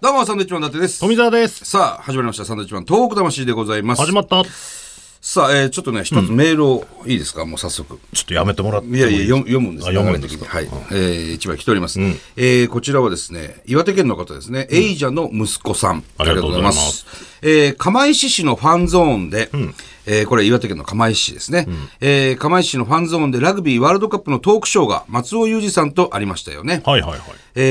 どうも、サンドウィッチマン伊達です。 富澤です。 さあ、始まりました。サンドウィッチマン東北魂でございます。 始まった。 さあ、ちょっとね、一つメールを、いいですか、もう早速。 ちょっとやめてもらってもいいですか。読むんです。 読むんですか。 はい。一枚来ております。こちらはですね、岩手県の方ですね、エイジャの息子さん。 ありがとうございます。 釜石市のファンゾーンで、これ岩手県の釜石市ですね。釜石市のファンゾーンでラグビーワールドカップのトークショーが松尾裕二さんとありましたよね。 はいはいはい。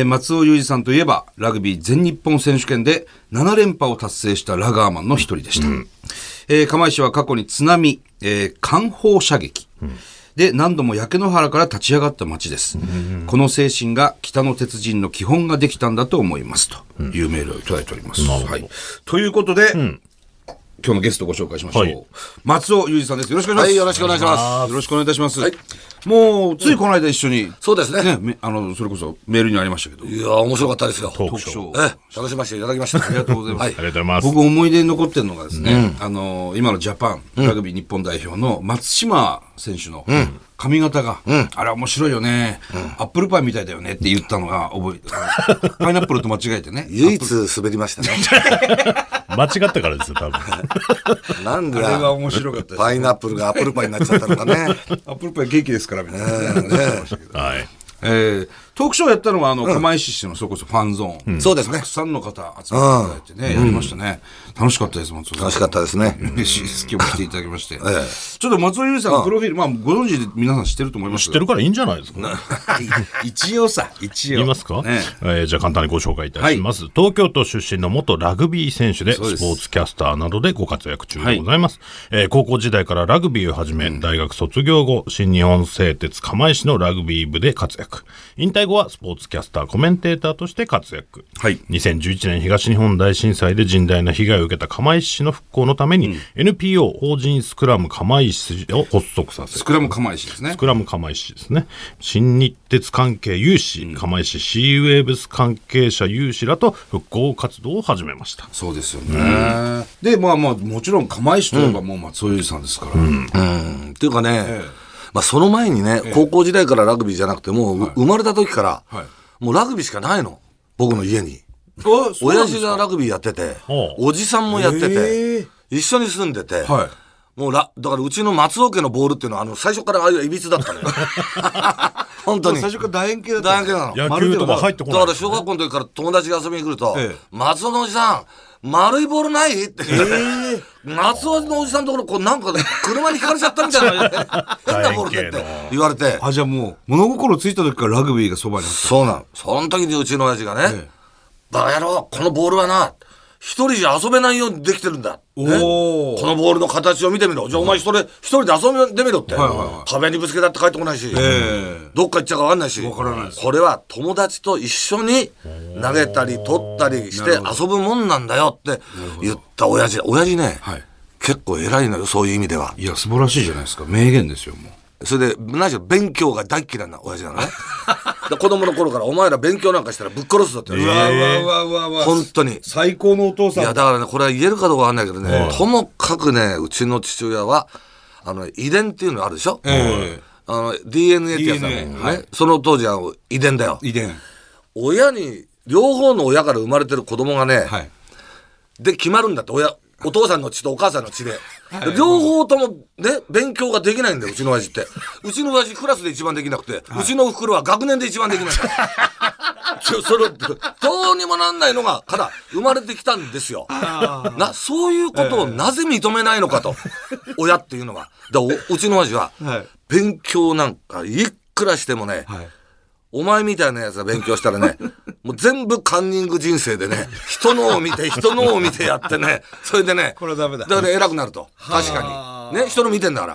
松尾裕二さんといえば、ラグビー全日本選手権で7連覇を達成したラガーマンの一人でした。釜石は過去に津波、艦砲射撃、で何度も焼け野原から立ち上がった町です。この精神が北の鉄人の基本ができたんだと思いますというメールをいただいております。はい、ということで、今日のゲストをご紹介しましょう。はい、松尾裕二さんです。よろしくお願いします。 はい、よろしくお願いします。 よろしくお願いいたします。 はい、 もうついこの間一緒に、 そうですね。 それこそメールにありましたけど。 いや面白かったですよ。 トークショー。楽しませていただきました。 ありがとうございます。 はい、 ありがとうございます。 僕思い出に残ってるのがですね、今のジャパンラグビー日本代表の松島選手の髪型が、あれ面白いよね、アップルパイみたいだよねって言ったのが覚えて、パイナップルと間違えてね。 唯一滑りましたね。 間違ったからですよ、多分。 なんであれが面白かったです。 パイナップルがアップルパイになっちゃったのかね。 アップルパイケーキですからみたいな。 はい。 トークショーやったのは釜石市のそれこそファンゾーン、 そうですね。 たくさんの方集まっていただいてね、やりましたね。楽しかったです。松尾さん楽しかったですね。 嬉しいです。今日も来ていただきまして、ちょっと松尾裕二さんのプロフィール、ご存知で皆さん知ってると思います知ってるからいいんじゃないですか。 一応さ、一応言いますか。じゃあ簡単にご紹介いたします。東京都出身の元ラグビー選手でスポーツキャスターなどでご活躍中でございます。高校時代からラグビーをはじめ、大学卒業後新日本製鉄釜石のラグビー部で活躍。引退後はスポーツキャスター、コメンテーターとして活躍。2011年東日本大震災で甚大な被害を受けた釜石市の復興のために、NPO 法人スクラム釜石を発足させ、 スクラム釜石ですね。 スクラム釜石ですね。新日鉄関係有志、釜石シーウェーブス関係者有志らと復興活動を始めました。 そうですよね。で、もちろん釜石といえばもう松尾裕二さんですから。 っていうかね、その前にね、高校時代からラグビーじゃなくて、もう生まれた時から、もうラグビーしかないの。僕の家に。親父がラグビーやってて、おじさんもやってて、一緒に住んでて、もうだからうちの松尾家のボールっていうのは最初からああいういびつだったのよ。本当に。 最初から楕円形だった。 楕円形なの。 野球とか入ってこない。 だから小学校の時から友達が遊びに来ると、松尾のおじさん、丸いボールないって。松尾のおじさんのところ、なんか車にひかれちゃったみたいな、変なボールでって言われて。 じゃあもう、物心ついた時からラグビーがそばにあった。 そうなの。その時にうちの親父がね、バカ野郎、このボールはな、一人じゃ遊べないようにできてるんだ。このボールの形を見てみろ。じゃあお前一人で遊んでみろって。壁にぶつけたって帰ってこないし、どっか行っちゃうか分かんないし、これは友達と一緒に投げたり取ったりして遊ぶもんなんだよって言った親父ね、結構偉いのよ、そういう意味では。 いや、素晴らしいじゃないですか。名言ですよ、もう。 それで、何しろ勉強が大嫌いな親父なのね。子供の頃からお前ら勉強なんかしたらぶっ殺すぞって言われて。本当に。 最高のお父さん。 いや、だからね、これは言えるかどうかわかんないけどね、ともかくね、うちの父親は、遺伝っていうのあるでしょ。DNA ってやつだもんね。その当時は遺伝だよ。 遺伝。 両方の親から生まれてる子供がね、で、決まるんだって、お父さんの血とお母さんの血で。両方ともね、勉強ができないんだよ、うちの親父って。うちの親父クラスで一番できなくて、うちの袋は学年で一番できないんだよ。それ、どうにもなんないのが、から生まれてきたんですよ。そういうことをなぜ認めないのかと、親っていうのが。うちの親父は、勉強なんかいくらしてもね、お前みたいなやつが勉強したらね、もう全部カンニング人生でね、人のを見てやってね、それでね、 これはダメだ。 だから偉くなると。確かに。ね、人の見てんだから。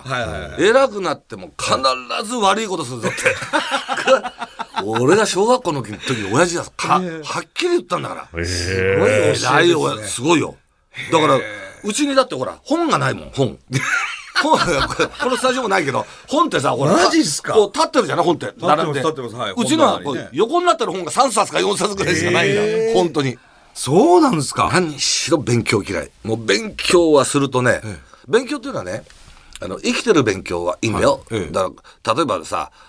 偉くなっても必ず悪いことするぞって。俺が小学校の時に親父がはっきり言ったんだから。すごい偉いよ、すごいよ。だから、うちにだってほら、本がないもん、本。このスタジオもないけど、本ってさ、ほら、 マジっすか？ こう立ってるじゃない、本って。 立ってます。 うちのは横になってる本が3冊か4冊ぐらいしかないんだ。本当に。 そうなんですか？ 何しろ勉強嫌い。もう勉強はするとね、勉強っていうのはね、生きてる勉強はいいんだよ。だから例えばさ、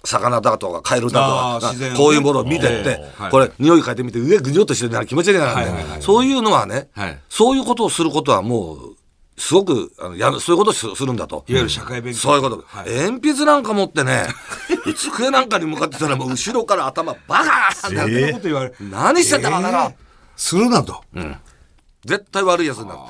魚だとかカエルだとか、 自然をねこういうものを見てって、これ匂い嗅いでみて上ぐにょっとしてるなら気持ち悪いならね、そういうのはね、そういうことをすることはもうすごくそういうことをするんだと。 いわゆる社会勉強。 そういうこと。鉛筆なんか持ってね、机なんかに向かってたらもう後ろから頭バカーンって、何してんだバカな。 するなと。 絶対悪いやつになって。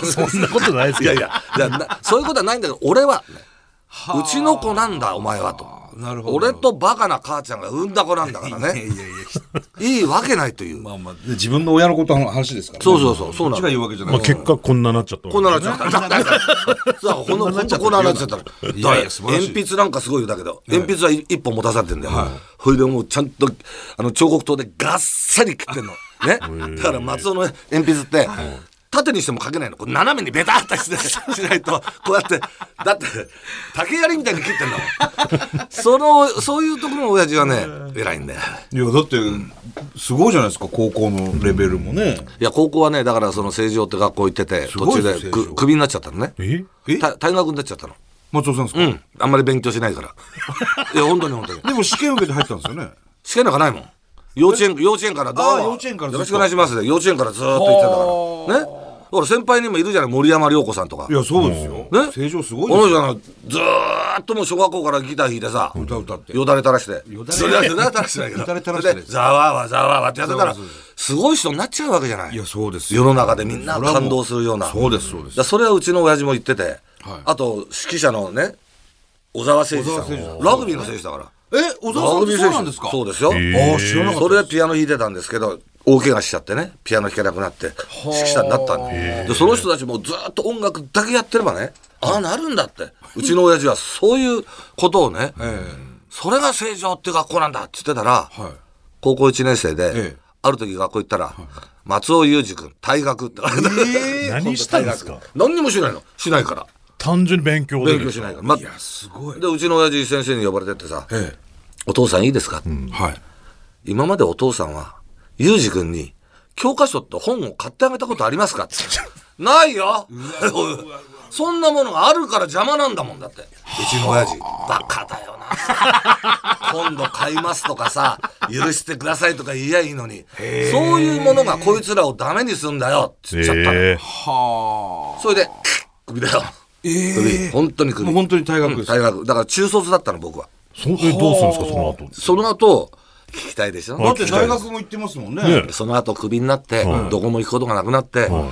そんなことないですけど。 いやそういうことはないんだけど、俺は、うちの子なんだお前はと。 なるほど。 俺とバカな母ちゃんが産んだ子なんだからね。いいわけないという。 自分の親のことの話ですから。 そうなの。言うわけじゃない。 結果こんななっちゃった。 こんななっちゃった。さあこんななっちゃった。鉛筆なんかすごいだけど、鉛筆は一本持たされてんだよ。それでもうちゃんと彫刻刀でガッサリ切ってんの。ね。だから松尾の鉛筆って。縦にしても書けないの。これ斜めにベタッとしないと、こうやって、だって、竹槍みたいに切ってんだもん。そういうところの親父はね、偉いんだよ。 いや、だって、すごいじゃないですか、高校のレベルもね。 いや、高校はね、だからその成城って学校行ってて、途中でクビになっちゃったのね。退学になっちゃったの。 松尾さんですか？ あんまり勉強しないから。いや、本当に。 でも試験受けて入ったんですよね。 試験なんかないもん。幼稚園からどうも。よろしくお願いしますね。幼稚園からずーっと言ってたから。ね。だから先輩にもいるじゃない、森山良子さんとか。 いや、そうですよ。ね。成城すごいですよ。 この人はずーっともう小学校からギター弾いてさ、 歌って。 よだれ垂らして。よだれ垂らしてないけど。よだれ垂らして。ざわわざわわってやってたら、すごい人になっちゃうわけじゃない。 いや、そうですよ。世の中でみんな感動するような。 そうです。 それはうちの親父も言ってて、あと、指揮者のね、小沢誠二さん。ラグビーの選手だから。 小沢さんってそうなんですか？ そうですよ。 知らなかった。 それでピアノ弾いてたんですけど、大怪我しちゃってね、ピアノ弾けなくなって指揮者になったんで、その人たちもずっと音楽だけやってればね、ああなるんだって。うちの親父はそういうことをね、それが成城っていう学校なんだって言ってたら、高校1年生で、ある時学校行ったら、松尾裕二君退学って言われて、 何したんですか？ 何にもしないの。しないから。 単純に勉強しないから。 いや、すごい。 で、うちの親父先生に呼ばれてってさ、お父さんいいですか？今までお父さんは、裕二君に教科書って本を買ってあげたことありますかって。ないよ。そんなものがあるから邪魔なんだもんだって。うちの親父バカだよな。今度買いますとかさ、許してくださいとか言いやいいのに、そういうものがこいつらをダメにするんだよって言っちゃったの。それでクビだよ。本当にクビ。 本当に退学です。 退学だから中卒だったの僕は。 どうするんですかその後？ その後聞きたいでしょ。 だって大学も行ってますもんね。 その後クビになって、どこも行くことがなくなって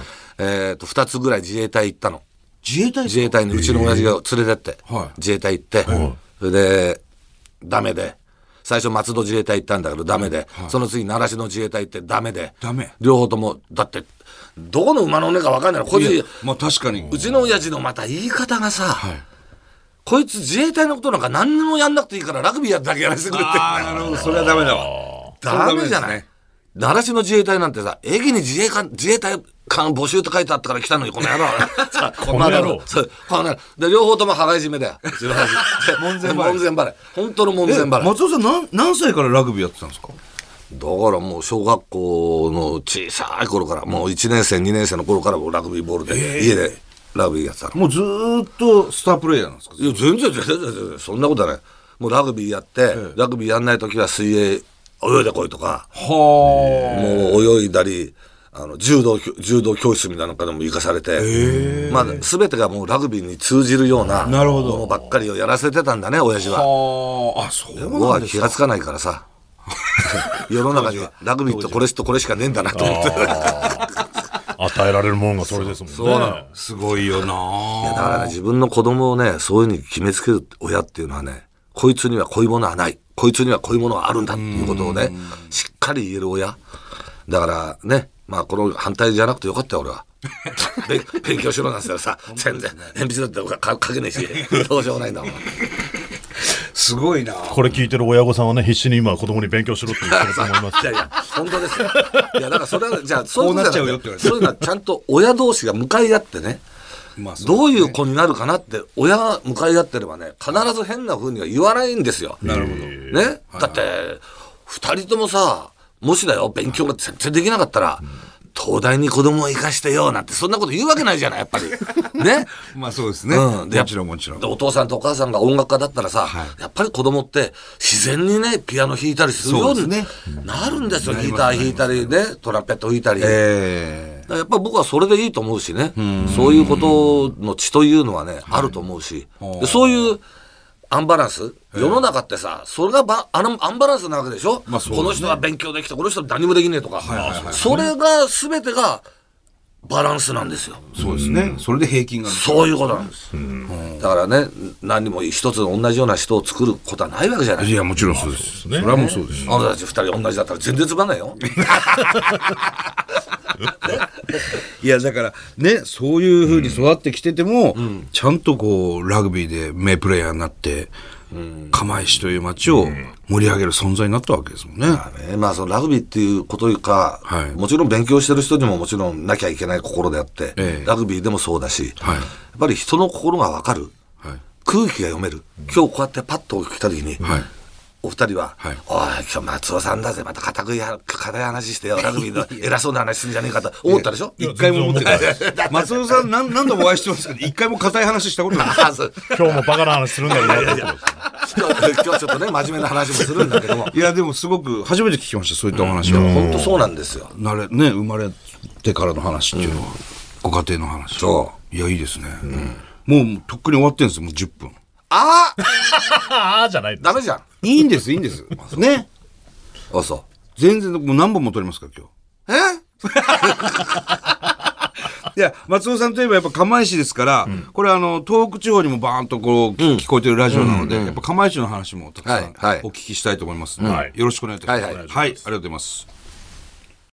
、2つぐらい自衛隊行ったの。 自衛隊にうちの親父が連れてって、自衛隊行って、それでダメで、最初松戸自衛隊行ったんだけどダメで、その次習志野自衛隊行ってダメで、両方ともだってどこの馬の骨か分かんないの。こいつ、 まあ確かにうちの親父のまた言い方がさ、こいつ自衛隊のことなんか何にもやんなくていいからラグビーだけやらせてくれって。 なるほど、それはダメだわ。 ダメじゃない。習志野自衛隊なんてさ、駅に自衛隊官募集って書いてあったから来たのに、この野郎。 この野郎。 で、両方とも羽交い締めだよ。門前払い。本当の門前払い。 松尾さん何歳からラグビーやってたんですか？ だからもう小学校の小さい頃から、もう1年生、2年生の頃からラグビーボールで、家でラグビーやってたの。 もうずーっとスタープレイヤーなんですか？ いや、全然、そんなことはない。もうラグビーやって、ラグビーやんないときは水泳、泳いでこいとか、もう泳いだり、柔道教室みたいなのでも行かされて、まあ全てがもうラグビーに通じるようなものばっかりをやらせてたんだね、親父は。 あ、そうなんですか。 僕は気がつかないからさ、世の中にラグビーとこれとこれしかねえんだなと思って。 与えられるものがそれですもんね。 そうなの。 すごいよな。 いやだからね、自分の子供をね、そういうふうに決めつける親っていうのはね、こいつにはこういうものはない、こいつにはこういうものはあるんだっていうことをね、しっかり言える親だからね。まあこの反対じゃなくてよかったよ俺は。勉強しろなんて言ったらさ、全然鉛筆だって書けねえし、どうしようもないんだもん。 すごいな。 これ聞いてる親御さんはね、必死に今子供に勉強しろって言ってると思います。 いや本当ですよ。いやだからそれはじゃあそういうのそういうのはちゃんと親同士が向かい合ってね。どういう子になるかなって親が向かい合ってればね、必ず変な風には言わないんですよ。 なるほど。 ね、だって2人ともさ、もしだよ、勉強が全然できなかったら、 東大に子供を生かしてよなんてそんなこと言うわけないじゃないやっぱりね。 まあそうですね、 でもちろんもちろん。 でお父さんとお母さんが音楽家だったらさ、やっぱり子供って自然にねピアノ弾いたりするようになるんですよ。ギター弾いたりね、トランペット吹いたり、やっぱり僕はそれでいいと思うしね、そういうことの血というのはね、あると思うし、でそういうアンバランス、世の中ってさ、それがアンバランスなわけでしょ、 まあそうですね、 この人は勉強できてこの人は何もできねえとか、それが全てがバランスなんですよ。 そうですね、それで平均がそういうことなんです、だからね、何にも一つ同じような人を作ることはないわけじゃない。 いやもちろんそうです、それはもうそうです。 あなたたち2人同じだったら全然つまんないよいやだからね、そういうふうに育ってきてても、ちゃんとこうラグビーで名プレーヤーになって、釜石という街を盛り上げる存在になったわけですもんね。 まあそのラグビーっていうこというか、もちろん勉強してる人にももちろんなきゃいけない心であって、ラグビーでもそうだし、やっぱり人の心が分かる、空気が読める、今日こうやってパッと来た時に、お二人は、おい今日松尾さんだぜ、また固い話してよ、ラグビーの偉そうな話するんじゃねえかと思ったでしょ。 一回も思ってない。松尾さん何度もお会いしてますけど、一回も固い話したことない。 今日もバカな話するんだよね。 今日ちょっとね真面目な話もするんだけども、 いやでもすごく初めて聞きました、そういったお話は。 本当そうなんですよ。 生まれてからの話っていうのは、ご家庭の話。いやいいですね。もうとっくに終わってるんですよ、もう10分。 ああじゃない。 ダメじゃん。 いいんですいいんですね。 あそう全然もう何本も撮りますから今日。いや松尾さんといえばやっぱ釜石ですから、これ東北地方にもバーンとこう聞こえてるラジオなので、やっぱ釜石の話もたくさんお聞きしたいと思いますので、よろしくお願いいたします。はい、ありがとうございます。